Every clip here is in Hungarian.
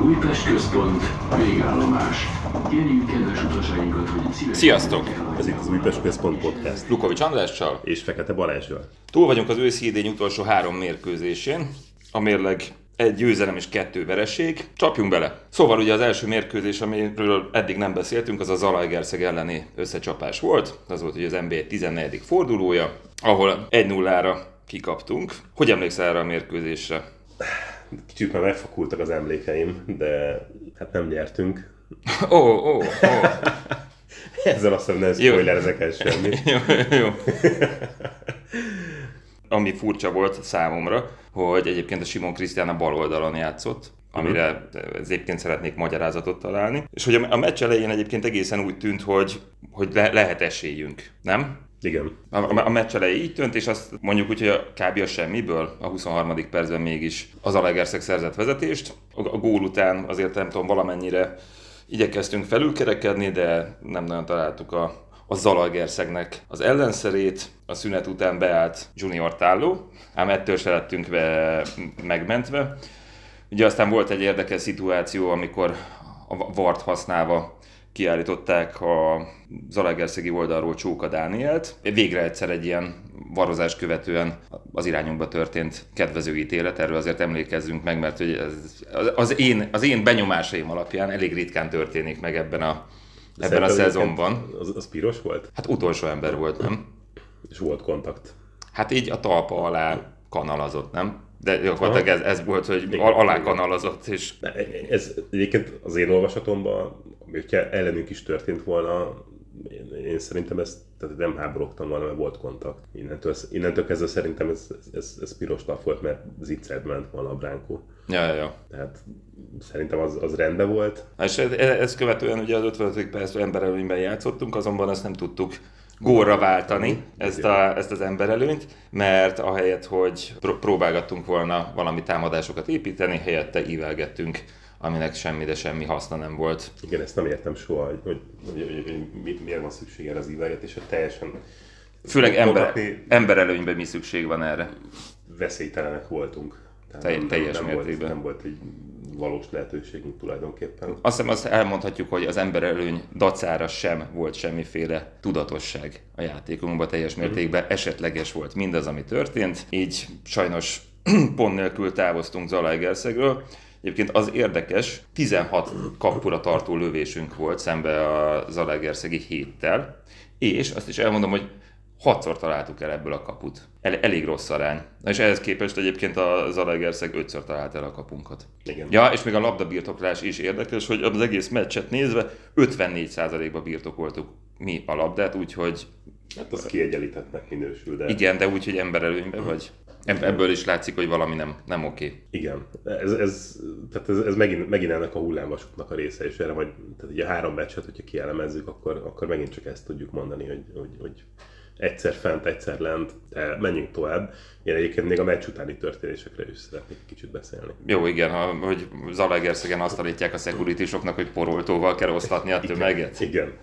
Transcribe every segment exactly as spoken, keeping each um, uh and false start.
Újpest központ, végállomás. Kérjük kedves utasainkat, hogy szívesen... Sziasztok! Ez itt az Újpest Központ Podcast. Lukovics Andrással És Fekete Balázsral. Túl vagyunk az őszi idény utolsó három mérkőzésén. A mérleg egy győzelem és kettő vereség. Csapjunk bele! Szóval ugye az első mérkőzés, amiről eddig nem beszéltünk, az a Zalaegerszeg elleni összecsapás volt. Az volt ugye az en bé egy tizennegyedik fordulója, ahol egy nullára kikaptunk. Hogy emlékszel erre a mérkőzésre? Kicsit már megfakultak az emlékeim, de hát nem nyertünk. Ó, ó, ó. Ezzel azt hiszem nem spoilerezek el semmi. Jó, jó. Ami furcsa volt számomra, hogy egyébként a Simon Krisztián a bal oldalon játszott, amire egyébként szeretnék magyarázatot találni. És hogy a meccs elején egyébként egészen úgy tűnt, hogy, hogy le- lehet esélyünk, nem? Igen. A, a, a meccs elején így tűnt, és azt mondjuk úgy, hogy a kb. A semmiből, a huszonharmadik percben mégis az Zalaegerszeg szerzett vezetést. A, a gól után azért nem tudom, valamennyire igyekeztünk felülkerekedni, de nem nagyon találtuk a, a Zalaegerszegnek az ellenszerét. A szünet után beállt Junior Táló, ám ettől se lettünk be, megmentve. Ugye aztán volt egy érdekes szituáció, amikor a vart használva kiállították a zalaegerszegi oldalról Csóka Dánielt. Végre egyszer egy ilyen varozás követően az irányunkba történt kedvező ítélet, erről azért emlékezzünk meg, mert hogy ez, az, én, az én benyomásaim alapján elég ritkán történik meg ebben a, ebben a szezonban. Az, az piros volt? Hát utolsó ember volt, nem? És volt kontakt. Hát így a talpa alá kanalazott, nem? De gyakorlatilag ez, ez volt, hogy alá kanalazott. És... Ez egyébként az én olvasatomban, hogyha ellenünk is történt volna, én, én szerintem ezt tehát nem háborogtam volna, mert volt kontakt. Innentől, innentől kezdve szerintem ez, ez, ez piros lap volt, mert zicsert ment volna a Bránkó. Ja, ja, ja. Tehát szerintem az, az rendben volt. És ezt követően ugye az ötvenedik percben emberelőnyben játszottunk, azonban ezt nem tudtuk gólra váltani, ezt, a, ezt az emberelőnyt, mert ahelyett, hogy próbálgattunk volna valami támadásokat építeni, helyette ívelgettünk, aminek semmi, de semmi haszna nem volt. Igen, ezt nem értem soha, hogy, hogy, hogy, hogy, hogy miért van szükség erre az ívelgetésre, teljesen... Főleg ember, emberelőnyben mi szükség van erre? Veszélytelenek voltunk. Te, nem, teljes nem mértékben. Volt, nem volt egy valós lehetőségünk tulajdonképpen. Azt hiszem, azt elmondhatjuk, hogy az emberelőny dacára sem volt semmiféle tudatosság a játékunkban teljes mértékben. Esetleges volt mindaz, ami történt. Így sajnos pont nélkül távoztunk Zalaegerszegről. Egyébként az érdekes, tizenhat kapura tartó lövésünk volt szembe a zalaegerszegi héttel, és azt is elmondom, hogy hatszor találtuk el ebből a kaput. El, elég rossz arány. És ehhez képest egyébként a Zalaegerszeg ötször talált el a kapunkat. Igen. Ja, és még a labdabirtoklás is érdekes, hogy az egész meccset nézve ötvennégy százalékban birtokoltuk mi a labdát, úgyhogy... Hát az kiegyenlítettnek minősül, de... Igen, de úgy, hogy emberelőnyben vagy. Ebből is látszik, hogy valami nem, nem oké. Igen. Ez, ez, tehát ez, ez megint, megint ennek a hullámvasútnak a része, és erre majd, tehát ugye három meccset, hogyha kielemezzük, akkor, akkor megint csak ezt tudjuk mondani, hogy, hogy, hogy egyszer fent, egyszer lent, de menjünk tovább. Én egyébként még a meccs utáni történésekre is szeretnék kicsit beszélni. Jó, igen, ha, hogy Zalaegerszegen azt állítják a szekuritisoknak, hogy poroltóval kell oszlatni a tömeget. Igen, igen.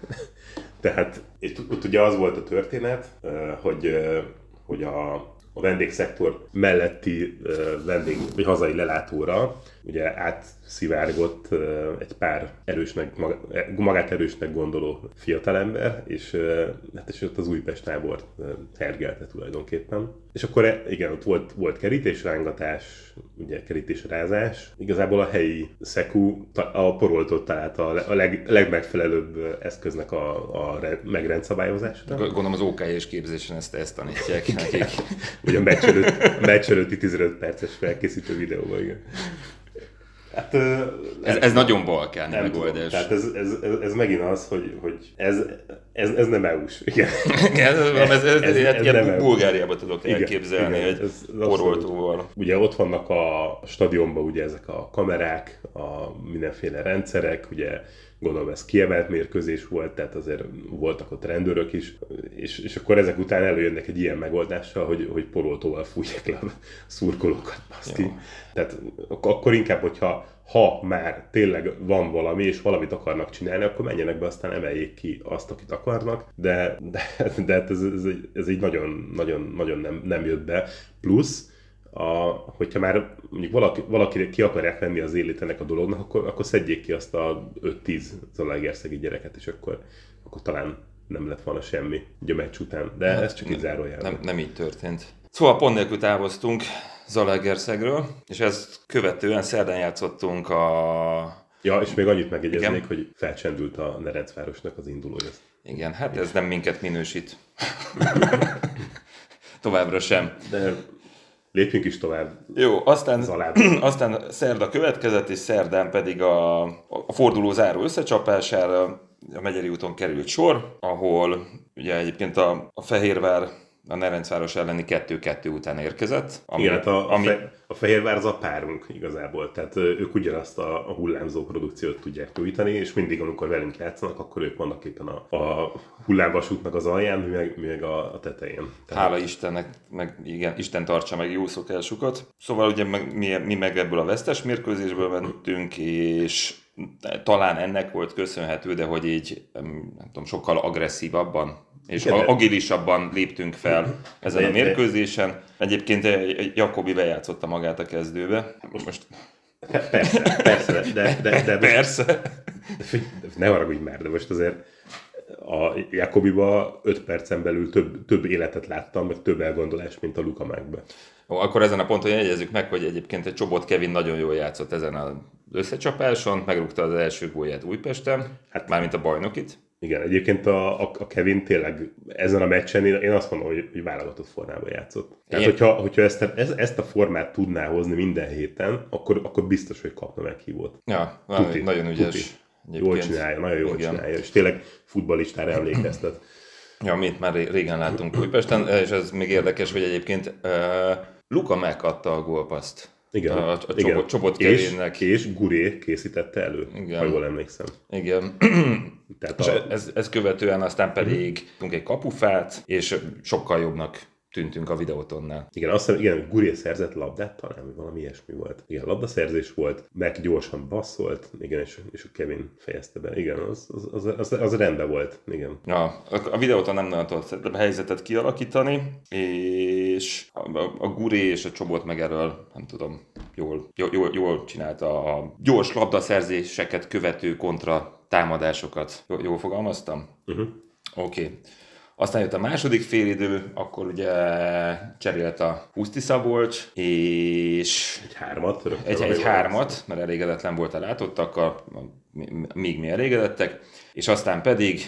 Tehát itt, itt ugye az volt a történet, hogy, hogy a, a vendégszektor melletti vendég, vagy hazai lelátóra ugye átszivárgott egy pár erősnek, magát erősnek gondoló fiatalember, és, hát és ott az Újpest tábort hergelte tulajdonképpen. És akkor igen, ott volt, volt kerítésrángatás, ugye kerítésrázás. Igazából a helyi szekú a poroltót találta a leg, legmegfelelőbb eszköznek a, a megrendszabályozásra. Gondolom az ó ká és képzésen ezt, ezt tanítják nekik. Ugye a meccs előtt, meccs előtti tizenöt perces felkészítő videóban, igen. Hát, ez, ez nagyon balkáni megoldás. Tehát ez, ez, ez, ez megint az, hogy, hogy ez, ez, ez nem é u-s. Igen. ez, ez, ez, ez, ez ilyen Bulgáriában tudok igen, elképzelni, igen, hogy poroltóval. Ugye ott vannak a stadionban ugye ezek a kamerák, a mindenféle rendszerek, ugye gondolom ez kiemelt mérkőzés volt, tehát azért voltak ott rendőrök is, és, és akkor ezek után előjönnek egy ilyen megoldással, hogy, hogy poroltóval fújják le a szurkolókat, baszki. Tehát akkor inkább, hogyha ha már tényleg van valami, és valamit akarnak csinálni, akkor menjenek be, aztán emeljék ki azt, akit akarnak, de, de, de ez, ez, ez, egy, ez így nagyon, nagyon, nagyon nem, nem jött be. Plusz a, hogyha már mondjuk valaki, valaki ki akarják venni az élét ennek a dolognak, akkor, akkor szedjék ki azt a öt-tíz zalaegerszegi gyereket, és akkor, akkor talán nem lett volna semmi ugye a meccs után. De hát, ez csak így zárójelben. Nem, nem így történt. Szóval pont nélkül távoztunk Zalaegerszegről, és ezt követően szerdán játszottunk a... Ja, és még annyit megjegyeznék, hogy felcsendült a Nerencvárosnak az indulója. Igen, hát ez nem minket minősít. Továbbra sem. De lépjünk is tovább. Jó, aztán, aztán szerda következett, és szerdán pedig a, a forduló záró összecsapására a Megyeri úton került sor, ahol ugye egyébként a, a Fehérvár a Nerencváros elleni kettő-kettő után érkezett. Ami, igen, hát a, ami... a, a Fehérvár az a párunk igazából, tehát ők ugyanazt a, a hullámzó produkciót tudják nyújtani, és mindig, amikor velünk játszanak, akkor ők vannak éppen a, a hullámvasútnak az alján, mi meg, mi meg a, a tetején. Tehát... Hála Istennek, meg igen, Isten tartsa meg jó szokásukat. Szóval ugye meg, mi, mi meg ebből a vesztes mérkőzésből mentünk, és talán ennek volt köszönhető, de hogy így nem tudom, sokkal agresszívabban és igen, agilisabban léptünk fel ezen a mérkőzésen. Egyébként Jakobi bejátszotta magát a kezdőbe. Most, most... Persze, persze, de... de, de persze. De, ne haragudj már, de most azért a Jakobiba öt percen belül több, több életet láttam, meg több elgondolást, mint a Lukamákban. Ó, akkor ezen a ponton jegyezzük meg, hogy egyébként egy Csobot Kevin nagyon jól játszott ezen az összecsapáson, megrúgta az első gólját Újpesten, hát mármint a bajnokit. Igen, egyébként a, a Kevin tényleg ezen a meccsen én, én azt mondom, hogy, hogy válogatott formában játszott. Tehát, én... hogyha, hogyha ezt, ezt a formát tudná hozni minden héten, akkor, akkor biztos, hogy kapna meghívót. Ja, tuti, nagyon ügyes. Jól csinálja, nagyon jól igen. csinálja, és tényleg futballistára emlékeztet. Ja, amit már régen láttunk Újpesten, és ez még érdekes, hogy egyébként uh, Luka megadta a gólpaszt. Igen, a, a igen. Csobot, Csobot Kevinnek. És, és Guré készítette elő, igen. ha jól emlékszem. Igen. Tehát a... a... ez, ez követően aztán pedig tudtunk egy kapufát, és sokkal jobbnak tűntünk a videótonnál. Igen, azt hiszem, igen, Guré szerzett labdát, talán valami ilyesmi volt. Igen, labdaszerzés volt, meg gyorsan passzolt, igen, és, és a Kevin fejezte be. Igen, az, az, az, az, az rendben volt, igen. Ja, a videóton nem nagyon tudott a helyzetet kialakítani, és a, a, a Guré és a Csobot meg erről, nem tudom, jól, jól, jól csinálta a gyors labdaszerzéseket követő kontra támadásokat. Jól, jól fogalmaztam? Uh-huh. Oké. Okay. Aztán jött a második félidő, akkor ugye cserélt a Puszti Szabolcs, és... Egy hármat. Egy, egy hármat, mert elégedetlen volt a látottakkal, míg mi elégedettek, és aztán pedig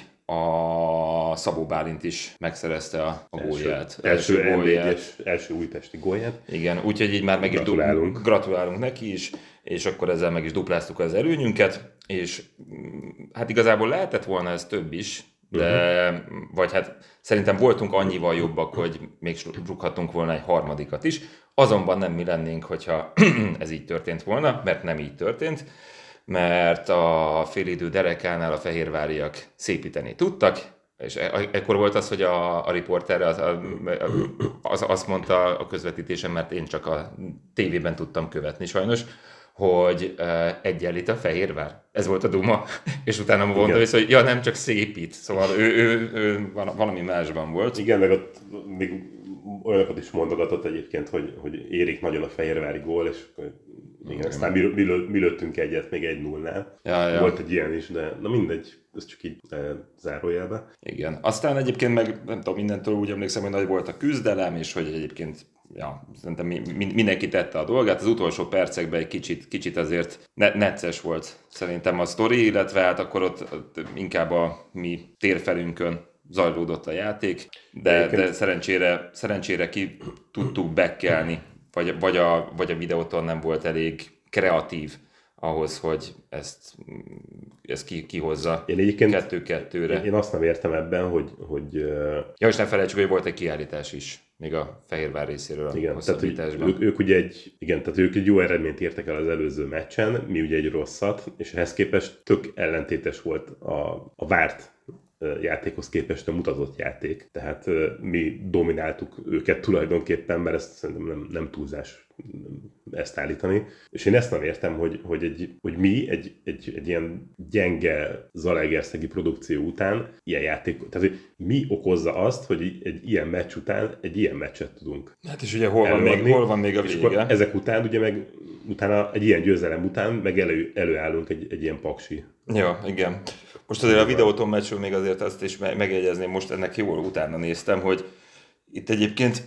a Szabó Bálint is megszerezte a, a gólját. Első, első, gólját. első újpesti gólját. Igen, úgyhogy így már meg is gratulálunk. Du- gratulálunk neki is, és akkor ezzel meg is dupláztuk az előnyünket, és hát igazából lehetett volna ez több is, de, uh-huh. vagy hát szerintem voltunk annyival jobbak, hogy még rúghatunk volna egy harmadikat is, azonban nem mi lennénk, hogyha ez így történt volna, mert nem így történt, mert a félidő derekánál a fehérváriak szépíteni tudtak, és ekkor volt az, hogy a, a riporter az, az, azt mondta a közvetítésen, mert én csak a tévében tudtam követni sajnos, hogy uh, egyenlít a Fehérvár. Ez volt a duma. És utána mondta vissza, hogy ja, nem csak szépít. Szóval ő, ő, ő valami másban volt. Igen, meg ott még olyanokat is mondogatott egyébként, hogy, hogy érik nagyon a fehérvári gól, és igen, aztán mi, mi, mi lőttünk egyet még egy nullnál. Ja, ja. Volt egy ilyen is, de na mindegy, ez csak így e, zárójelbe. Igen. Aztán egyébként meg, nem tudom, mindentől úgy emlékszem, hogy nagy volt a küzdelem, és hogy egyébként ja, szerintem mindenki tette a dolgát. Az utolsó percekben egy kicsit, kicsit azért necces volt szerintem a sztori, illetve hát akkor ott, ott inkább a mi térfelünkön zajlódott a játék, de, de szerencsére, szerencsére ki tudtuk bekkelni, vagy, vagy, a, vagy a videóton nem volt elég kreatív ahhoz, hogy ezt, ezt ki, kihozza kettő-kettőre. Én, én azt nem értem ebben, hogy... hogy ja, és ne felejtsük, hogy volt egy kiállítás is, még a Fehérvár részéről igen, a hosszabbításban. Ők, ők ugye egy, igen, tehát ők egy jó eredményt értek el az előző meccsen, mi ugye egy rosszat, és ehhez képest tök ellentétes volt a, a várt játékhoz képest a mutatott játék. Tehát mi domináltuk őket tulajdonképpen, mert ezt szerintem nem, nem túlzás ezt állítani. És én ezt nem értem, hogy, hogy, egy, hogy mi egy, egy, egy ilyen gyenge zalaegerszegi produkció után ilyen játék, tehát hogy mi okozza azt, hogy egy ilyen meccs után egy ilyen meccset tudunk Hát és ugye hol van, még, hol van még a vége? Ezek után ugye meg utána egy ilyen győzelem után meg elő, előállunk egy, egy ilyen paksi. Ja, igen. Most azért a Videóton meccsről még azért azt is megjegyezném, most ennek jól utána néztem, hogy itt egyébként,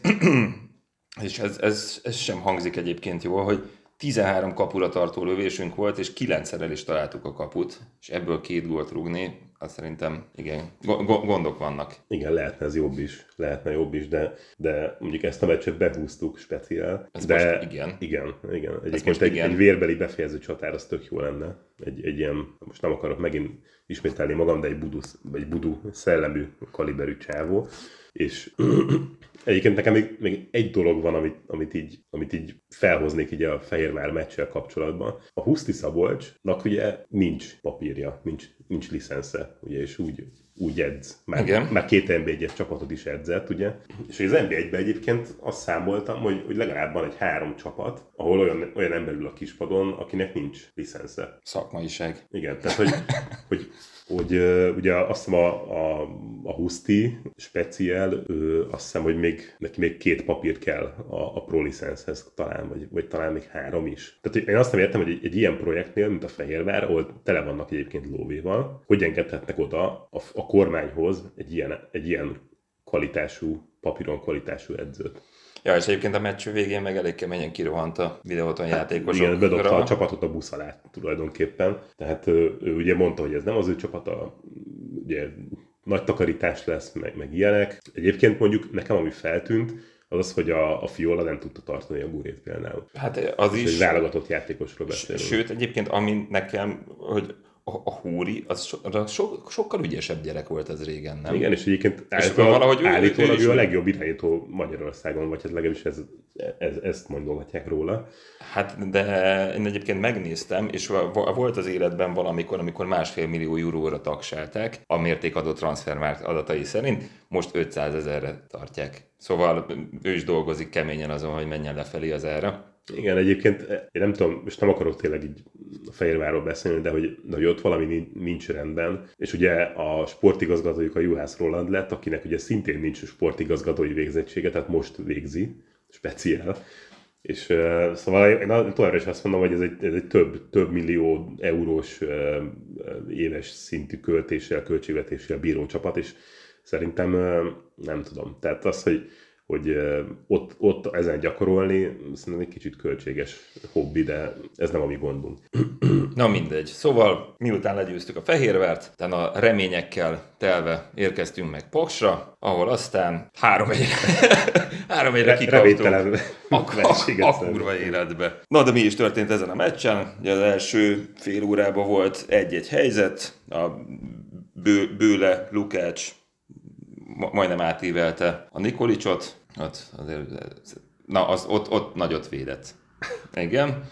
és ez, ez, ez sem hangzik egyébként jól, hogy tizenhárom kapura tartó lövésünk volt, és kilencszer el is találtuk a kaput, és ebből két gólt rúgni, azt szerintem igen, gondok vannak. Igen, lehetne ez jobb is, lehetne jobb is, de, de mondjuk ezt a meccset behúztuk speciál. Ez de most igen. Igen, igen. Egyébként egy, igen. egy vérbeli befejező csatár az tök jó lenne. Egy, egy ilyen, most nem akarok megint ismételni magam, de egy budu, egy budu szellemű kaliberű csávó. És egyébként nekem még, még egy dolog van, amit, amit, így, amit így felhoznék így a Fehérvár meccsel kapcsolatban. A Huszti Szabolcsnak ugye nincs papírja, nincs, nincs licensze, ugye, és úgy, úgy edz. Már, már két en bé egyes csapatot is edzett, ugye. És az en bé egyben egyébként azt számoltam, hogy, hogy legalább van egy három csapat, ahol olyan, olyan ember ül a kispadon, akinek nincs licensze. Szakmaiság. Igen, tehát hogy, hogy hogy uh, ugye azt hiszem a, a, a Huszti speciál, ő, azt hiszem, hogy még, neki még két papír kell a, a pro licenszhez talán, vagy, vagy talán még három is. Tehát én azt nem értem, hogy egy, egy ilyen projektnél, mint a Fehérvár, ahol tele vannak egyébként lóvéval, hogy engedhetnek oda a, a kormányhoz egy ilyen, egy ilyen kvalitású, papíron kvalitású edzőt. Ja, és egyébként a meccs végén meg elég keményen kirohant a Videóton hát, játékosokra. Igen, bedobta a csapatot a busz alá tulajdonképpen. Tehát ő, ő ugye mondta, hogy ez nem az ő csapata, ugye nagy takarítás lesz, meg, meg ilyenek. Egyébként mondjuk nekem ami feltűnt, az az, hogy a, a Fiola nem tudta tartani a Gurét például. Hát az is. Egy válogatott játékosról beszélünk. Sőt, egyébként ami nekem, hogy a, a Húri, az so, so, sokkal ügyesebb gyerek volt ez régen, nem? Igen, és egyébként állítólag, ő, állítólag ő, ő a legjobb irányító Magyarországon, vagy hát legalábbis ez, ez, ezt mondhatják róla. Hát, de én egyébként megnéztem, és volt az életben valamikor, amikor másfél millió euróra tagsálták, a mértékadó transfermárkt adatai szerint, most ötszázezerre tartják. Szóval ő is dolgozik keményen azon, hogy menjen lefelé az ára. Igen, egyébként én nem tudom, most nem akarok tényleg így a Fehérvárról beszélni, de hogy, de hogy ott valami nincs rendben, és ugye a sportigazgatójuk a Juhász Roland lett, akinek ugye szintén nincs sportigazgatói végzettsége, tehát most végzi, speciál. És uh, szóval én továbbra is azt mondom, hogy ez egy, ez egy több, több millió eurós uh, éves szintű költéssel, költségvetéssel bíró csapat, és szerintem uh, nem tudom. Tehát az, hogy hogy ott, ott ezen gyakorolni, szerintem egy kicsit költséges hobbi, de ez nem a mi gondunk. Na mindegy. Szóval miután legyőztük a Fehérvárt, utána a reményekkel telve érkeztünk meg Paksra, ahol aztán három egyre, három egyre kikaptunk a, a, a kurva életbe. Na de mi is történt ezen a meccsen? Ugye az első fél órában volt egy-egy helyzet, a Bő, Bőle, Lukács majdnem átívelte a Nikolicsot, ott, azért, na, az, ott, ott nagyot védett. Igen.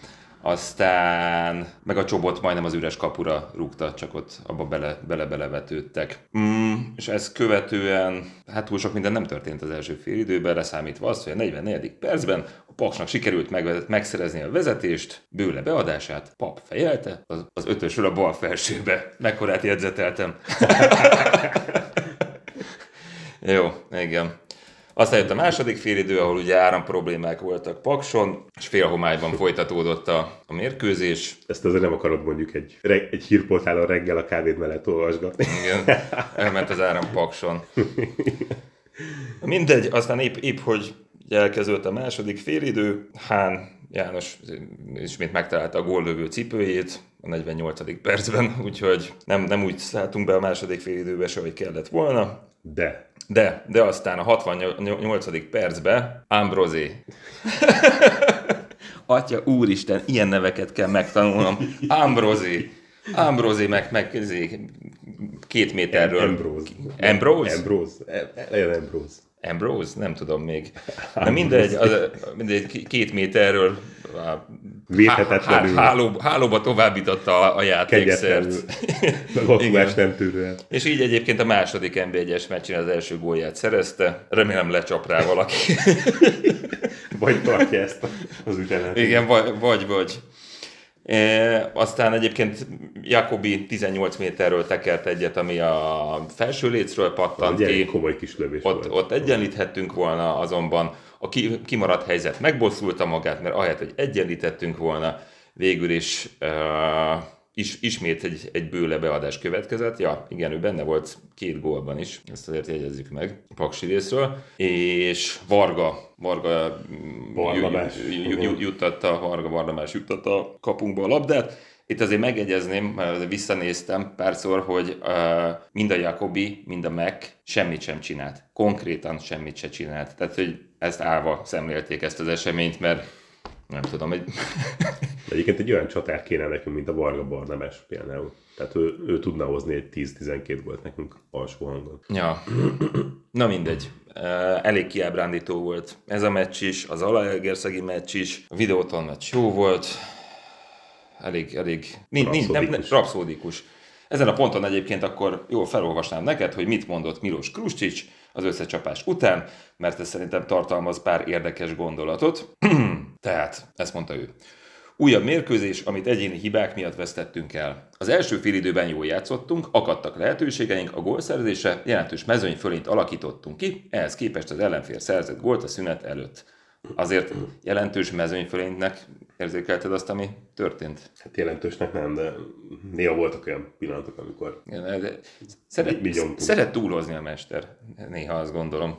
Aztán meg a Csobot majdnem az üres kapura rúgta, csak ott abba bele, bele-belevetődtek. Mm, és ezt követően, hát túl sok minden nem történt az első fél időben, leszámítva azt, hogy a negyvennegyedik percben a Paksnak sikerült meg, megszerezni a vezetést, Bőle beadását, Pap fejelte, az, az ötösről a bal felsőbe. Mekkorát jegyzeteltem. Jó, igen. Aztán jött a második félidő, ahol ugye áram problémák voltak Pakson, és félhomályban folytatódott a, a mérkőzés. Ezt azért nem akarod mondjuk egy, egy hírportálon reggel a kávéd mellett olvasgatni. Igen, elment az áram Pakson. Mindegy, aztán épp, épp hogy elkezdődött a második félidő, Hán János ismét megtalálta a góllövő cipőjét a negyvennyolcadik percben, úgyhogy nem, nem úgy szálltunk be a második félidőbe se, hogy kellett volna. De. De, de aztán a hatvannyolcadik percben Ambrosé. Atya úristen, ilyen neveket kell megtanulnom. Ambrosé. Ambrosé meg, meg két méterről. Ambrose. Ambrose? Ambrose. Ambrose. Ambrose? Nem tudom még. De mindegy, az, mindegy két méterről védhetetlenül. Háló, hálóba továbbította a játékszert. Lakulás nem tűrően. És így egyébként a második en bé egyes meccsen az első gólját szerezte. Remélem lecsap rá valaki. Vagy tartja ezt az üzenetet. Igen, vagy, vagy. vagy. E, aztán egyébként Jacobi tizennyolc méterről tekert egyet, ami a felső lécről pattant az ki. Komoly kis lövés ott, volt. ott egyenlíthettünk volna, azonban a kimaradt helyzet megbosszulta magát, mert ahelyett, hogy egyenlítettünk volna, végül is uh, is, ismét egy, egy bőle beadás következett. Ja, igen, ő benne volt két gólban is, ezt azért jegyezzük meg Paksi részről. És Varga, Varga Barnabás. juttatta, Varga Barnabás juttatta a kapunkba a labdát. Itt azért megjegyezném, mert azért visszanéztem párszor, hogy uh, mind a Jacobi, mind a Mac semmit sem csinált. Konkrétan semmit se csinált. Tehát, hogy ezt állva szemlélték ezt az eseményt, mert nem tudom, egy... Egyébként egy olyan csatár kéne nekünk, mint a Varga Barnabás például. Tehát ő, ő tudna hozni egy tíz-tizenkét gólt nekünk alsó hangon. Ja, na mindegy. Elég kiábrándító volt ez a meccs is, az Zalaegerszegi meccs is, a Videóton meccs jó volt, elég, elég, nincs, nincs, nem, nem, rapszódikus. Ezen a ponton egyébként akkor jól felolvasnám neked, hogy mit mondott Milos Krusčić az összecsapás után, mert ez szerintem tartalmaz pár érdekes gondolatot. Tehát, ezt mondta ő. Újabb mérkőzés, amit egyéni hibák miatt vesztettünk el. Az első félidőben jól játszottunk, akadtak lehetőségeink a gólszerzésre, jelentős mezőny fölényt alakítottunk ki, ehhez képest az ellenfél szerzett gólt a szünet előtt. Azért jelentős mezőnyfölénynek érzékelted azt, ami történt? Hát jelentősnek nem, de néha voltak olyan pillanatok, amikor szeret, szeret túlozni a mester, néha azt gondolom.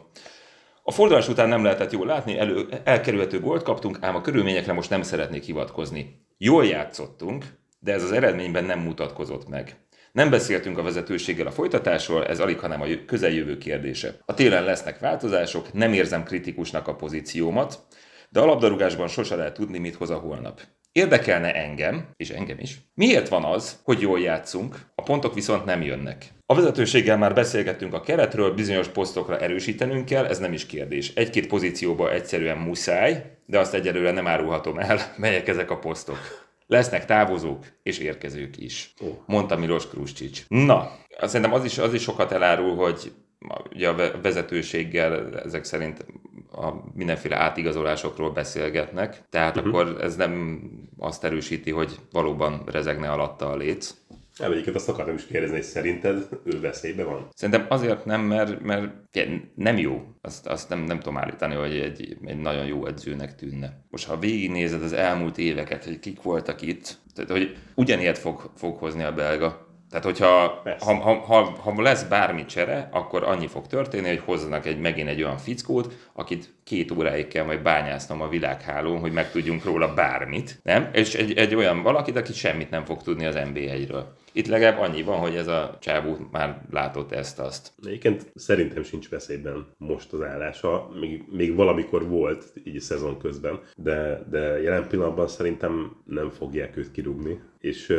A fordulás után nem lehetett jól látni, elő, elkerülhető gólt kaptunk, ám a körülményekre most nem szeretnék hivatkozni. Jól játszottunk, de ez az eredményben nem mutatkozott meg. Nem beszéltünk a vezetőséggel a folytatásról, ez alig, hanem a közeljövő kérdése. A télen lesznek változások, nem érzem kritikusnak a pozíciómat, de a labdarúgásban sose lehet tudni, mit hoz a holnap. Érdekelne engem, és engem is, miért van az, hogy jól játszunk, a pontok viszont nem jönnek. A vezetőséggel már beszélgettünk a keretről, bizonyos posztokra erősítenünk kell, ez nem is kérdés. Egy-két pozícióba egyszerűen muszáj, de azt egyelőre nem árulhatom el, melyek ezek a posztok. Lesznek távozók és érkezők is, mondta Milos Krusčić. Na, szerintem az is, az is sokat elárul, hogy ugye a vezetőséggel ezek szerint a mindenféle átigazolásokról beszélgetnek, tehát uh-huh. akkor ez nem azt erősíti, hogy valóban rezegne alatta a léc. Nem, egyiket azt akartam is kérdezni, hogy szerinted ő veszélyben van? Szerintem azért nem, mert, mert nem jó. Azt, azt nem, nem tudom állítani, hogy egy, egy nagyon jó edzőnek tűnne. Most ha végignézed az elmúlt éveket, hogy kik voltak itt, tehát hogy ugyanilyet fog, fog hozni a belga. Tehát, hogyha ha, ha, ha, ha lesz bármi csere, akkor annyi fog történni, hogy hozzanak egy, megint egy olyan fickót, akit két óráig kell majd bányásznom a világhálón, hogy megtudjunk róla bármit, nem? És egy, egy olyan valakit, aki semmit nem fog tudni az en bé egyről. Itt legalább annyi van, hogy ez a csávó már látott ezt-azt. Egyébként szerintem sincs veszélyben most az állása, még, még valamikor volt, így a szezon közben, de, de jelen pillanatban szerintem nem fogják őt kirúgni. És,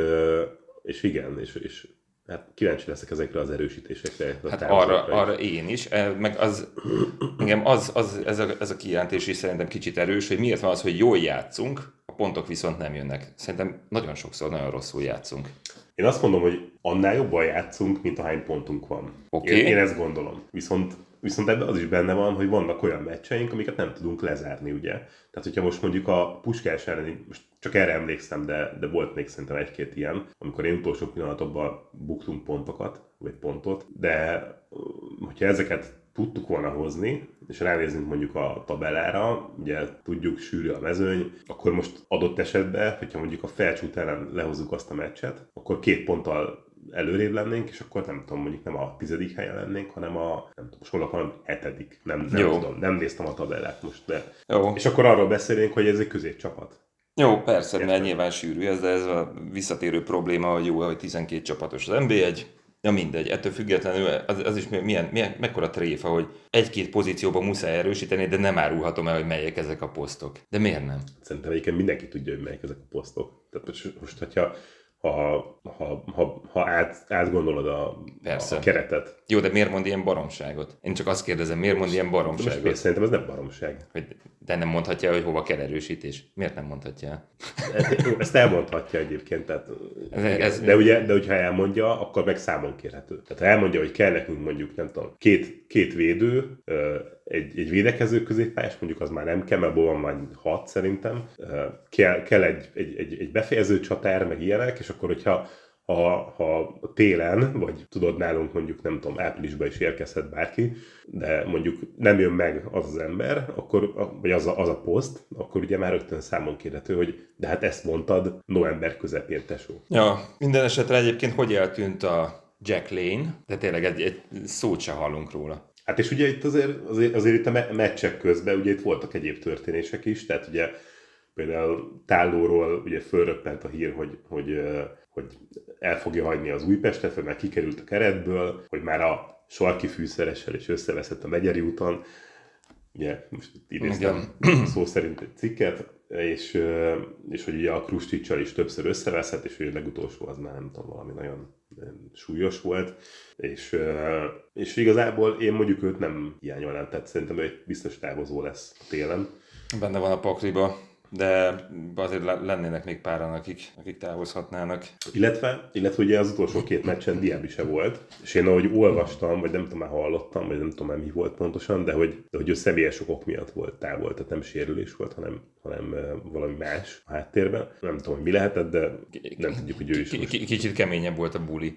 és igen, és, és hát kíváncsi leszek ezekre az erősítésekre. Hát arra, arra én is, meg az, engem az, az, ez, a, ez a kijelentés is szerintem kicsit erős, hogy miért van az, hogy jól játszunk, a pontok viszont nem jönnek. Szerintem nagyon sokszor nagyon rosszul játszunk. Én azt mondom, hogy annál jobban játszunk, mint ahány pontunk van. Okay. Én, én ezt gondolom. Viszont, viszont ebben az is benne van, hogy vannak olyan meccseink, amiket nem tudunk lezárni, ugye? Tehát, hogyha most mondjuk a Puskás elleni, most csak erre emlékszem, de, de volt még szerintem egy-két ilyen, amikor én utolsó pillanatokban buktunk pontokat, vagy pontot, de hogyha ezeket tudtuk volna hozni, és ránézzünk mondjuk a tabellára, ugye tudjuk, sűrű a mezőny, akkor most adott esetben, hogyha mondjuk a Felcsút ellen lehozzuk azt a meccset, akkor két ponttal előrébb lennénk, és akkor nem tudom, mondjuk nem a tizedik helyen lennénk, hanem a, nem tudom, most mondok, hanem hetedik. Nem, nem tudom, nem néztem a tabellát most, de... Jó. És akkor arról beszélnénk, hogy ez egy középcsapat. Jó, persze, Értem. Mert nyilván sűrű ez, de ez a visszatérő probléma, hogy jó, hogy tizenkét csapatos az en bé egy. Ja mindegy, ettől függetlenül az, az is milyen, milyen, mekkora tréfa, hogy egy-két pozícióban muszáj erősíteni, de nem árulhatom el, hogy melyek ezek a posztok. De miért nem? Szerintem egyébként mindenki tudja, hogy melyek ezek a posztok. Tehát most, most hogyha ha, ha, ha, ha át, átgondolod a, a keretet. Jó, de miért mond ilyen baromságot? Én csak azt kérdezem, miért mond ilyen baromságot? Most szerintem ez nem baromság. Hogy, de nem mondhatja, hogy hova kell erősítés. Miért nem mondhatja? Ezt elmondhatja egyébként. Tehát, ez, ez, de, ugye, de hogyha elmondja, akkor meg számon kérhető. Tehát ha elmondja, hogy kell nekünk mondjuk, nem tudom, két, két védő, egy, egy védekező középpályás, mondjuk az már nem kell, mert abból van már hat szerintem. Kell, kell egy, egy, egy, egy befejező csatár, meg ilyenek, és akkor, hogyha Ha, ha télen, vagy tudod, nálunk mondjuk, nem tudom, áprilisban is érkezhet bárki, de mondjuk nem jön meg az az ember, akkor, vagy az a, az a poszt, akkor ugye már rögtön számon kérhető, hogy de hát ezt mondtad november közepén, tesó. Ja, minden esetre egyébként hogy eltűnt a Jack Lane, de tényleg egy, egy szót se hallunk róla. Hát és ugye itt azért, azért, azért itt a meccsek közben ugye itt voltak egyéb történések is, tehát ugye például Tállóról ugye fölröppent a hír, hogy, hogy, hogy el fogja hagyni az Újpestet, vagy már kikerült a keretből, hogy már a sarki fűszeressel is összeveszett a Megyeri úton. Ugye most idéztem szó szerint egy cikket, és, és hogy ugye a Krusticcsal is többször összeveszett, és hogy a legutolsó az már nem tudom, valami nagyon súlyos volt. És, és igazából én mondjuk őt nem hiányolnám, tehát szerintem ő biztos távozó lesz a télen. Benne van a pakliba. De azért lennének még páran, akik, akik távozhatnának. Illetve, illetve ugye az utolsó két meccsen Diaby se volt, és én ahogy olvastam, vagy nem tudom, már hallottam, vagy nem tudom már mi volt pontosan, de hogy, de hogy ő személyes okok miatt volt távol, tehát nem sérülés volt, hanem, hanem valami más a háttérben. Nem tudom, hogy mi lehetett, de nem tudjuk, hogy ő is most... Kicsit keményebb volt a buli.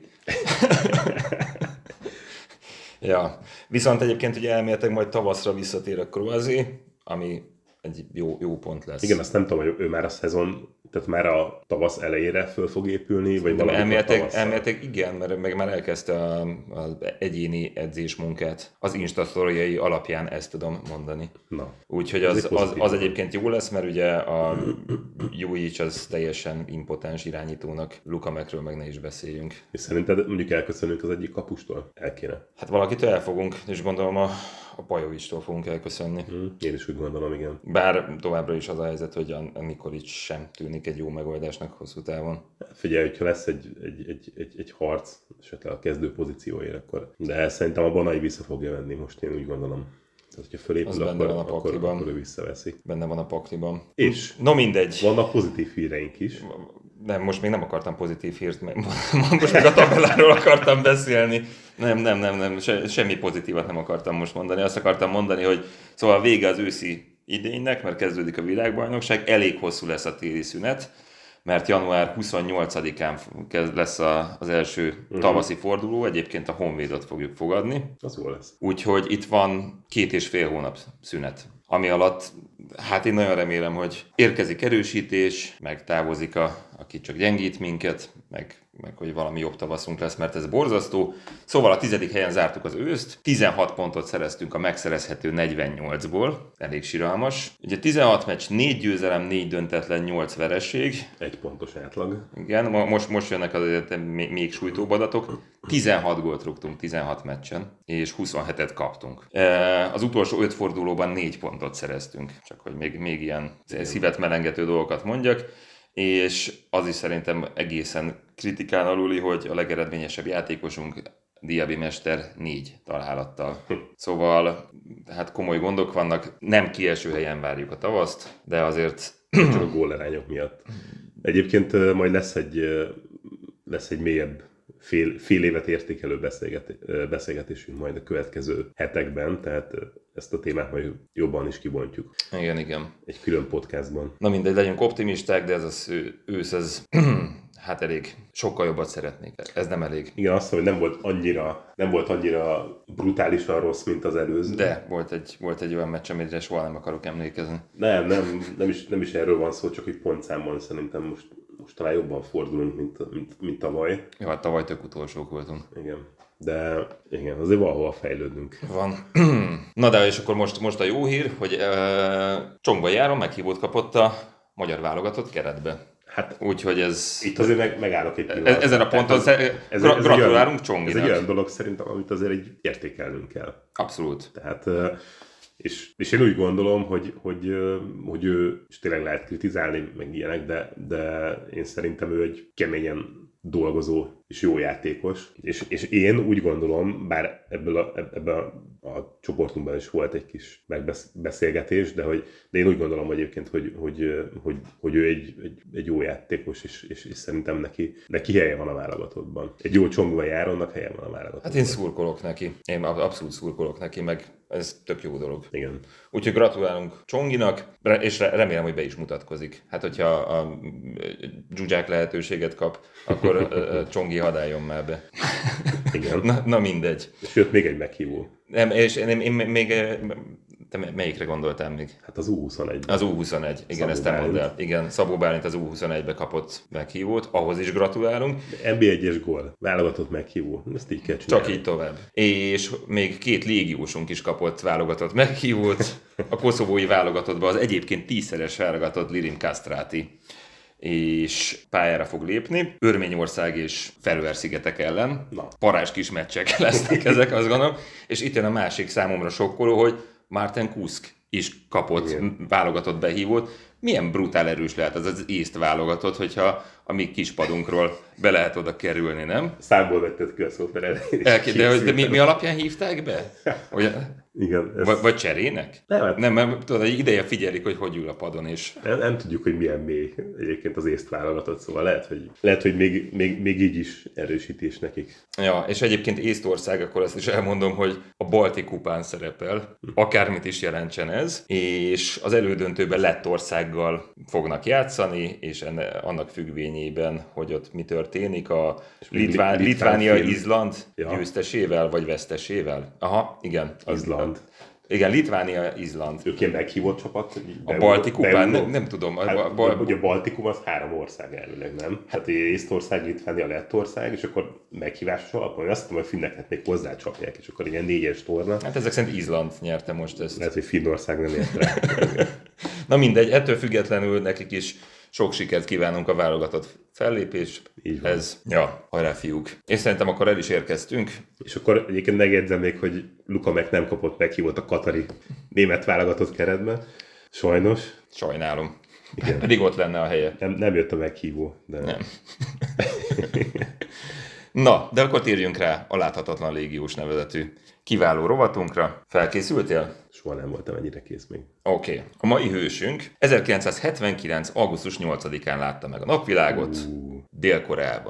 Ja, viszont egyébként ugye elméletileg majd tavaszra visszatér a Kroazé, ami egy jó, jó pont lesz. Igen, azt nem tudom, hogy ő már a szezon, tehát már a tavasz elejére föl fog épülni, vagy valami elméletileg, elméletileg igen, mert meg már elkezdte az egyéni edzés munkát. Az Insta-sztoriai alapján ezt tudom mondani. Na. Úgyhogy az, az, az egyébként jó lesz, mert ugye a Jujic az teljesen impotens irányítónak, Luka Mekről meg ne is beszéljünk. És szerinted mondjuk elköszönünk az egyik kapustól? El kéne. Hát valakitől elfogunk, és gondolom a a Pajovicstól fogunk elköszönni. Hmm, én is úgy gondolom, igen. Bár továbbra is az a helyzet, hogy a Nikolic sem tűnik egy jó megoldásnak hosszú távon. Figyelj, hogyha lesz egy, egy, egy, egy, egy harc, esetleg a kezdő pozícióért, akkor... De szerintem a Banai vissza fogja venni most, én úgy gondolom. Tehát, hogyha fölépül, akkor, akkor, akkor ő visszaveszi. Benne van a pakliban. És no mindegy. Vannak pozitív híreink is. Nem, most még nem akartam pozitív hírt, most meg a tabelláról akartam beszélni. Nem, nem, nem, nem, se, semmi pozitívat nem akartam most mondani. Azt akartam mondani, hogy szóval vége az őszi idénynek, mert kezdődik a világbajnokság, elég hosszú lesz a téli szünet, mert január huszonnyolcadikán lesz az első tavaszi forduló, egyébként a Honvédot fogjuk fogadni. Az jó lesz. Úgyhogy itt van két és fél hónap szünet, ami alatt, hát én nagyon remélem, hogy érkezik erősítés, meg távozik, a, aki csak gyengít minket, meg, meg hogy valami jobb tavaszunk lesz, mert ez borzasztó. Szóval a tizedik helyen zártuk az őszt, tizenhat pontot szereztünk a megszerezhető negyvennyolcból, elég siralmas. Ugye tizenhat meccs, négy győzelem, négy döntetlen, nyolc vereség. Egy pontos átlag. Igen, most, most jönnek azért még sújtóbb adatok. tizenhat gólt rúgtunk tizenhat meccsen, és huszonhetet kaptunk. Az utolsó öt fordulóban négy pontot szereztünk, csak hogy még, még ilyen szívet melengető dolgokat mondjak. És az is szerintem egészen kritikán aluli, hogy a legeredményesebb játékosunk Diaby mester négy találattal. Szóval hát komoly gondok vannak, nem kieső helyen várjuk a tavaszt, de azért... Csak a góllerányok miatt. Egyébként majd lesz egy, lesz egy mélyebb fél, fél évet értékelő beszélgetésünk majd a következő hetekben, tehát ezt a témát majd jobban is kibontjuk. Igen, igen. Egy külön podcastban. Na mindegy, legyünk optimisták, de ez az ősz, ez hát elég, sokkal jobbat szeretnék. Ez nem elég. Igen, azt mondom, hogy nem volt annyira, nem volt annyira brutálisan rossz, mint az előző. De volt egy, volt egy olyan meccs, amire soha nem akarok emlékezni. Nem, nem, nem is, nem is erről van szó, csak egy pontszámban szerintem most, most talán jobban fordulunk, mint, mint, mint tavaly. Jó, hát tavaly tök utolsók voltunk. Igen. De igen, azért valahol fejlődünk. Van. Na de és akkor most, most a jó hír, hogy uh, Csongba Járon meghívót kapott a magyar válogatott keretbe. Hát úgyhogy ez... Itt azért meg, megállok egy pillanat. Ezen a ponton ez, ez, ez gratulálunk Csonginak. Ez egy olyan dolog szerintem, amit azért egy értékelnünk kell. Abszolút. Tehát uh, És, és én úgy gondolom, hogy, hogy, hogy ő, és tényleg lehet kritizálni, meg ilyenek, de, de én szerintem ő egy keményen dolgozó és jó játékos. És, és én úgy gondolom, bár ebből a, ebből a, a csoportunkban is volt egy kis megbeszélgetés, de, hogy, de én úgy gondolom egyébként, hogy, hogy, hogy, hogy ő egy, egy, egy jó játékos, és, és, és szerintem neki, neki helye van a válogatottban. Egy jó Csongva Járonnak helye van a válogatottban. Hát én szurkolok neki. Én abszolút szurkolok neki, meg ez tök jó dolog. Igen. Úgyhogy gratulálunk Csonginak, és remélem, hogy be is mutatkozik. Hát, hogyha a Zsuzsák lehetőséget kap, akkor Csongi hadd már be. Igen. na, na mindegy. Sőt, még egy meghívó. Nem, és én, én még... Te melyikre gondoltál még? Hát az U huszonegy. Az U huszonegy, igen, Szabó ezt te mondd el. Bálint. Igen, Szabó Bálint az U huszonegybe kapott meghívót, ahhoz is gratulálunk. en bé egyes gól, válogatott meghívó. Ezt így kell csinálni. Csak így tovább. És még két légiósunk is kapott válogatott meghívót. A koszovói válogatottba az egyébként tízszeres válogatott Lirim Kastrati és pályára fog lépni. Örményország és Feröer-szigetek ellen. Na. Parázs kis meccsek lesznek ezek, azt gondolom. És itt jön a másik számomra sokkoló, hogy Márten Kuszk is kapott Igen. válogatott behívót. Milyen brutál erős lehet az az észt válogatott, hogyha a mi kispadunkról be lehet oda kerülni, nem? Számból vetted ki a szót, mert el- Elké, de, de mi, mi alapján hívták be? Hogy, Igen, ez vagy, vagy cserének? Nem, hát- Nem, mert tudod, egy ideje figyelik, hogy hogy ül a padon, és nem, nem tudjuk, hogy milyen mély egyébként az észt válogatott, szóval lehet, hogy, lehet, hogy még, még, még így is erősítés nekik. ja, és egyébként Észtország, akkor ezt is elmondom, hogy a Balti kupán szerepel, akármit is jelentsen ez, és az elődöntőben Lettországgal fognak játszani, és enne, annak függvényében, hogy ott mi történik, a még Litván, Litván Litvánia, film. Izland Ja. győztesével, vagy vesztesével? Aha, igen. az- Izland. Igen, Litvánia, Izland. Ők ilyen meghívott csapat? A Baltikupán, nem, nem tudom. A, Hát, a, a, ugye a Baltikum az három ország elvileg, nem? Hát Észtország, Litvánia, Lettország, és akkor meghívásos alapon, én azt tudom, hogy finneket még hozzácsapják, és akkor ilyen négyes torna. hát ezek szerint Izland nyerte most ezt. Lehet, hogy Finnország nem ért rá. Na mindegy, ettől függetlenül nekik is sok sikert kívánunk a válogatott fellépés. Így van. Ez, ja, hajrá fiúk. És szerintem akkor el is érkeztünk. És akkor egyébként megjegyzem még, hogy Luka meg nem kapott meghívót a katari német válogatott keretbe. Sajnos. Sajnálom. Igen. Pedig ott lenne a helye. Nem, nem jött a meghívó. De... Nem. Na, de akkor térjünk rá a Láthatatlan Légiós nevezetű kiváló rovatunkra. Felkészültél? Soha nem voltam ennyire kész még. Oké. Okay. A mai hősünk ezerkilencszázhetvenkilenc. augusztus nyolcadikán látta meg a napvilágot Uh. Dél-Koreában.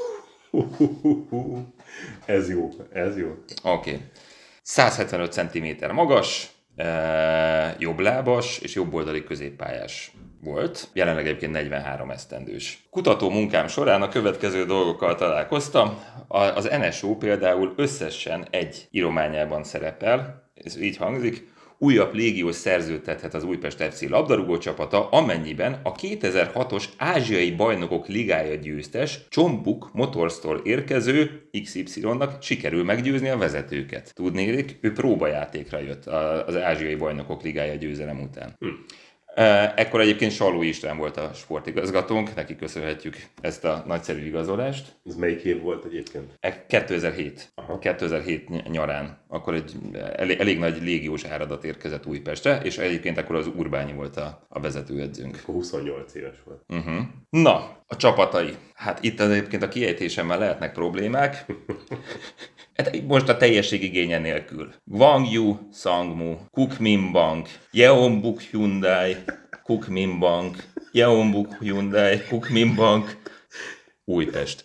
Ez jó, ez jó. Oké. Okay. száz hetvenöt centiméter magas, e, jobblábas és jobboldali középpályás volt. Jelenleg egyébként negyvenhárom esztendős. Kutató munkám során a következő dolgokkal találkoztam. A, az en es o például összesen egy írományában szerepel. Ez így hangzik. Újabb légiós szerződtethet az Újpest ef cé labdarúgó csapata, amennyiben a kétezer-hatos Ázsiai Bajnokok Ligája győztes Csombuk Motorstól érkező iksz ipszilonnak sikerül meggyőzni a vezetőket. Tudnélik, ő próbajátékra jött az Ázsiai Bajnokok Ligája győzelem után. Hm. Ekkor egyébként Salló István volt a sportigazgatónk, neki köszönhetjük ezt a nagyszerű igazolást. Ez melyik év volt egyébként? kétezer-hét. Aha. kétezer-hét nyarán. Akkor egy elég, elég nagy légiós áradat érkezett Újpestre, és egyébként akkor az Urbányi volt a, a vezetőedzőnk. Akkor huszonnyolc éves volt. Uh-huh. Na, a csapatai. Hát itt egyébként a kiejtésemmel lehetnek problémák. Hát most a teljeség igénye nélkül. Gwangju Sangmu, Kukminbank, Yeonbuk Hyundai, Kukminbank, Yeonbuk Hyundai, Kukminbank, Újpest.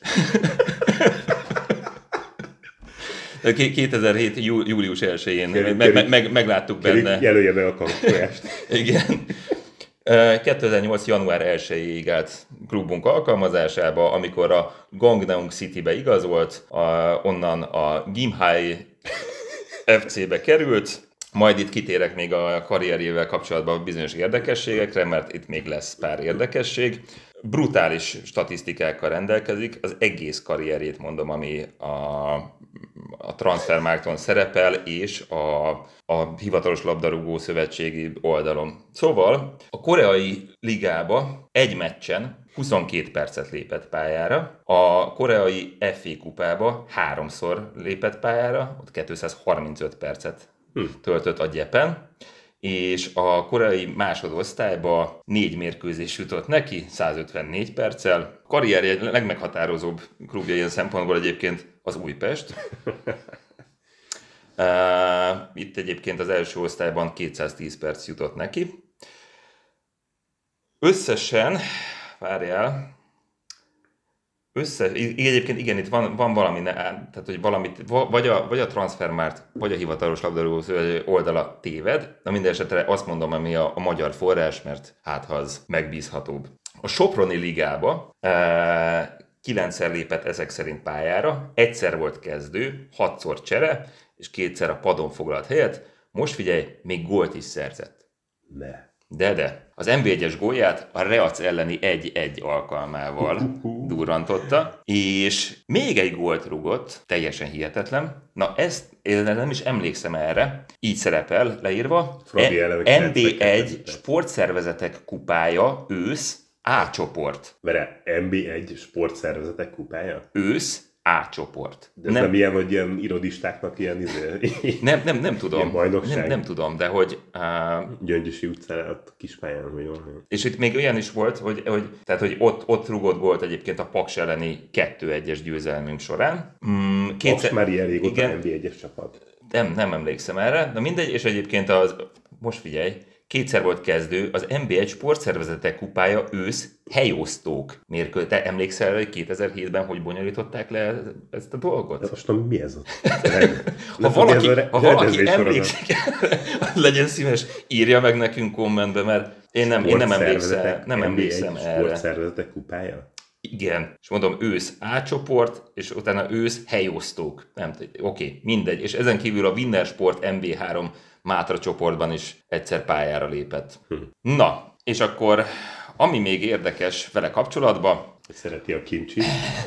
kétezer-hét. Jú, július elsején meg, meg, meg, megláttuk benne. Jelölje be a kapcsolást. Igen. kétezer-nyolc. január elsejéig állt klubunk alkalmazásába, amikor a Gangneung Citybe igazolt, a, onnan a Gimhae ef cébe került, majd itt kitérek még a karrierjével kapcsolatban bizonyos érdekességekre, mert itt még lesz pár érdekesség. Brutális statisztikákkal rendelkezik, az egész karrierjét mondom, ami a, a Transfermarkton szerepel, és a, a hivatalos labdarúgó szövetségi oldalon. Szóval a koreai ligába egy meccsen huszonkét percet lépett pályára, a koreai ef á kupába háromszor lépett pályára, ott kétszázharmincöt percet hm. töltött a gyepen, és a korai másodosztályba négy mérkőzés jutott neki, százötvennégy perccel. Karrierje legmeghatározóbb klubja ilyen szempontból egyébként az Újpest. Uh, itt egyébként az első osztályban kétszáztíz perc jutott neki. Összesen, várjál, össze, egyébként igen, itt van, van valami, tehát hogy valamit, vagy a, vagy a Transfermarkt, vagy a hivatalos labdarúgó oldala téved, na minden esetre azt mondom, ami a, a magyar forrás, mert hát ha az megbízhatóbb. A Soproni ligába e, kilencszer lépett ezek szerint pályára, egyszer volt kezdő, hatszor csere, és kétszer a padon foglalt helyet, most figyelj, még gólt is szerzett. Ne. De, de. Az en bé egyes gólját a Reac elleni egy-egy alkalmával durrantotta, és még egy gólt rúgott, teljesen hihetetlen. Na ezt én nem is emlékszem erre, így szerepel leírva. en bé egy sportszervezetek kupája, ősz, A csoport. Vere, en bé egy sportszervezetek kupája? Ősz, A csoport. De ez nem, nem ilyen, hogy ilyen irodistáknak ilyen izé... Nem, nem, nem tudom. Ilyen bajnokság? Nem, nem tudom, de hogy... Uh, Gyöngyösi utcára, ott Kispályán, hogy jól. És itt még olyan is volt, hogy, hogy, tehát, hogy ott, ott rugott gólt egyébként a Paks elleni kettő egyes győzelmünk során. Mm, kétszer... Paks már ilyen régóta en bé egyes csapat. Nem, nem emlékszem erre, de mindegy, és egyébként az... Most figyelj, kétszer volt kezdő, az en bé egy sportszervezetek kupája ősz helyosztók mérkőzés. Te emlékszel, hogy kétezer-hétben hogy bonyolították le ezt a dolgot? De most mi ez ott? ha valaki, ha valaki emlékszik, legyen szíves, írja meg nekünk kommentbe, mert én nem, én nem emlékszem, nem emlékszem erre. Sportszervezetek kupája? Igen, és mondom, ősz A csoport, és utána ősz helyosztók. Nem, oké, okay, mindegy. És ezen kívül a Winner Sport em bé három Mátra csoportban is egyszer pályára lépett. Hm. Na, és akkor ami még érdekes vele kapcsolatban... Szereti a kimcsit.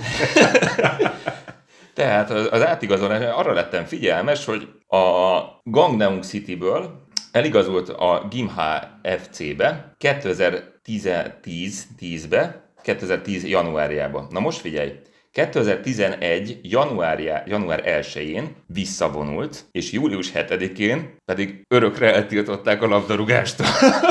Tehát az átigazolás, arra lettem figyelmes, hogy a Gangneung Cityből eligazult a Gimha ef cé-be kétezer-tízbe, kétezer-tíz januárjában. Na most figyelj! kétezer-tizenegy januárjá, január elsején visszavonult, és július hetedikén pedig örökre eltiltották a labdarúgástól.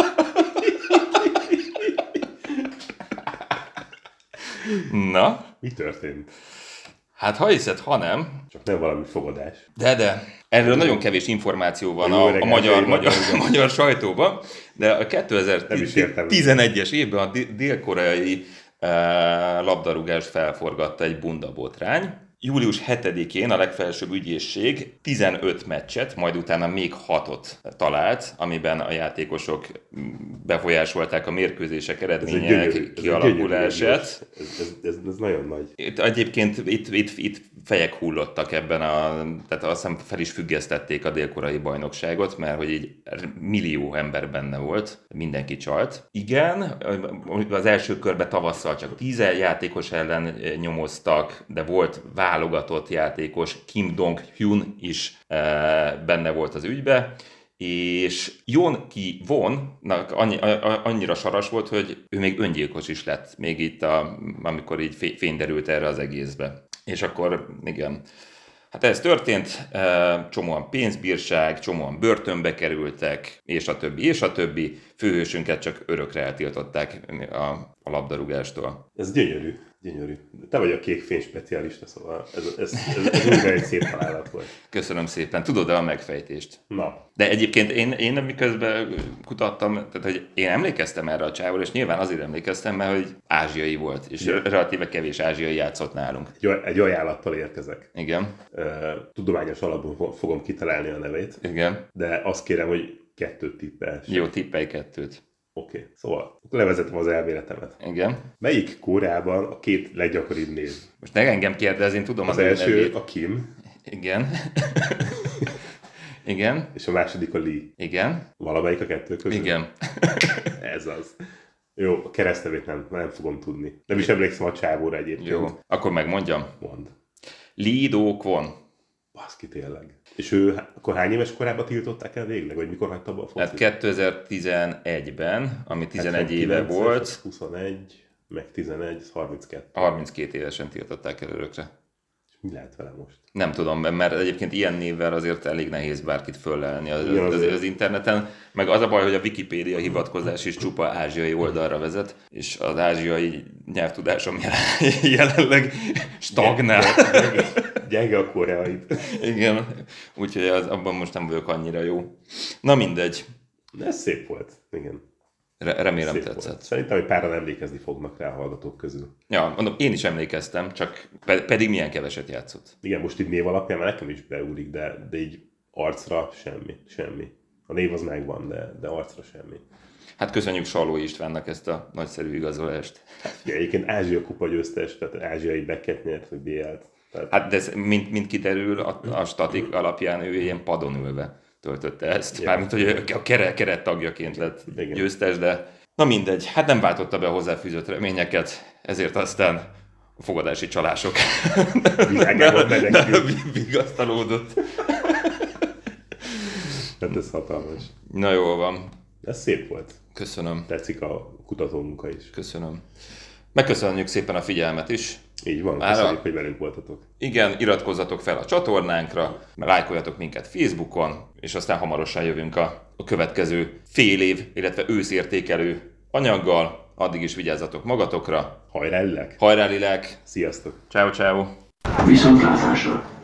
Na? Mi történt? Hát ha hiszed, ha nem. Csak nem valami fogadás. De, de. Erről nagyon kevés információ van a, a magyar, magyar, magyar sajtóban, de a kétezer-tizenegyes évben a dél-koreai labdarúgást felforgatta egy bundabotrány. július hetedikén a legfelsőbb ügyészség tizenöt meccset, majd utána még hatot talált, amiben a játékosok befolyásolták a mérkőzések eredményének kialakulását. Ez, ez, ez, ez nagyon nagy. Itt, egyébként itt, itt, itt fejek hullottak ebben a... Tehát azt hiszem fel is függesztették a dél-koreai bajnokságot, mert hogy így millió ember benne volt, mindenki csalt. Igen, az első körben tavasszal csak tíz játékos ellen nyomoztak, de volt válogatott játékos, Kim Dong-hyun is e, benne volt az ügybe, és Jon Ki-wonnak annyi, annyira saras volt, hogy ő még öngyilkos is lett, még itt, a, amikor így fény derült erre az egészbe. És akkor, igen, hát ez történt, csomóan pénzbírság, csomóan börtönbe kerültek, és a többi, és a többi. Főhősünket csak örökre eltiltották a, a labdarúgástól. Ez gyönyörű, gyönyörű. Te vagy a kék fény specialista, szóval ez, ez, ez, ez újra egy szép találat volt. Köszönöm szépen. Tudod-e a megfejtést? Na. De egyébként én, én miközben kutattam, tehát hogy én emlékeztem erre a csávóra, és nyilván azért emlékeztem, mert hogy ázsiai volt, és ja. relatíve kevés ázsiai játszott nálunk. Egy, egy ajánlattal érkezek. Igen. Tudományos alapon fogom kitalálni a nevét. Igen. De azt kérem, hogy kettőt tippelj. Jó, tippelj kettőt. Oké, okay. Szóval levezetem az elméletemet. Igen. Melyik Koreában a két leggyakoribb név? Most ne engem kérdezz, én tudom az, az első nevét. A Kim. Igen. Igen. És a második a Lee. Igen. Valamelyik a kettő közül? Igen. Ez az. Jó, a keresztnevét nem, nem fogom tudni. Nem is emlékszem a csávóra egyébként. Jó, akkor megmondjam. Mond. Lee Do-kwon. Baszki, tényleg. És ő akkor hány éves korában tiltották el végleg, vagy mikor hagyta abba a focit? Hát kétezer-tizenegyben, ami tizenegy éve volt. huszonegy, meg tizenegy, harminckettő. harminckét évesen tiltották el örökre. Mi lehet vele most? Nem tudom, mert egyébként ilyen névvel azért elég nehéz bárkit föllelni az, Igen, az, azért. az interneten. Meg az a baj, hogy a Wikipédia hivatkozás is csupa ázsiai oldalra vezet, és az ázsiai nyelvtudásom jelenleg stagnál. Gyenge, gyenge, gyenge a koreai. Igen, úgyhogy az, abban most nem vagyok annyira jó. Na mindegy. De ez szép volt, igen. Re- remélem Szép tetszett. volt. Szerintem, hogy páran emlékezni fognak rá a hallgatók közül. Ja, mondom, én is emlékeztem, csak pe- pedig milyen keveset játszott. Igen, most így név alapján már nekem is beúlik, de, de így arcra semmi, semmi. A név az megvan, de, de arcra semmi. Hát köszönjük Salló Istvánnak ezt a nagyszerű igazolást. Ja, egyébként Ázsia kupa győztes, tehát ázsiai backet nyert, vagy bé el-t. Tehát... Hát de ez, mint, mint kiderül, a, a statik alapján ő ilyen padon ülve töltötte ezt. Ja. Mármint, hogy a keret, keret tagjaként lett Igen. győztes, de na mindegy, hát nem váltotta be a hozzáfűzött reményeket, ezért aztán a fogadási csalások Világában menekült. vigasztalódott. Hát ez hatalmas. Na jól van, Ez szép volt. köszönöm, Tetszik a kutatómunka is. köszönöm. Megköszönjük szépen a figyelmet is. Így van, Már köszönjük, a- hogy velünk voltatok. Igen, iratkozzatok fel a csatornánkra, lájkoljatok minket Facebookon, és aztán hamarosan jövünk a, a következő fél év, illetve őszértékelő anyaggal. Addig is vigyázzatok magatokra. Hajrá, lélek! Hajrá, lélek! Sziasztok! Ciao, ciao! Viszontlátásra!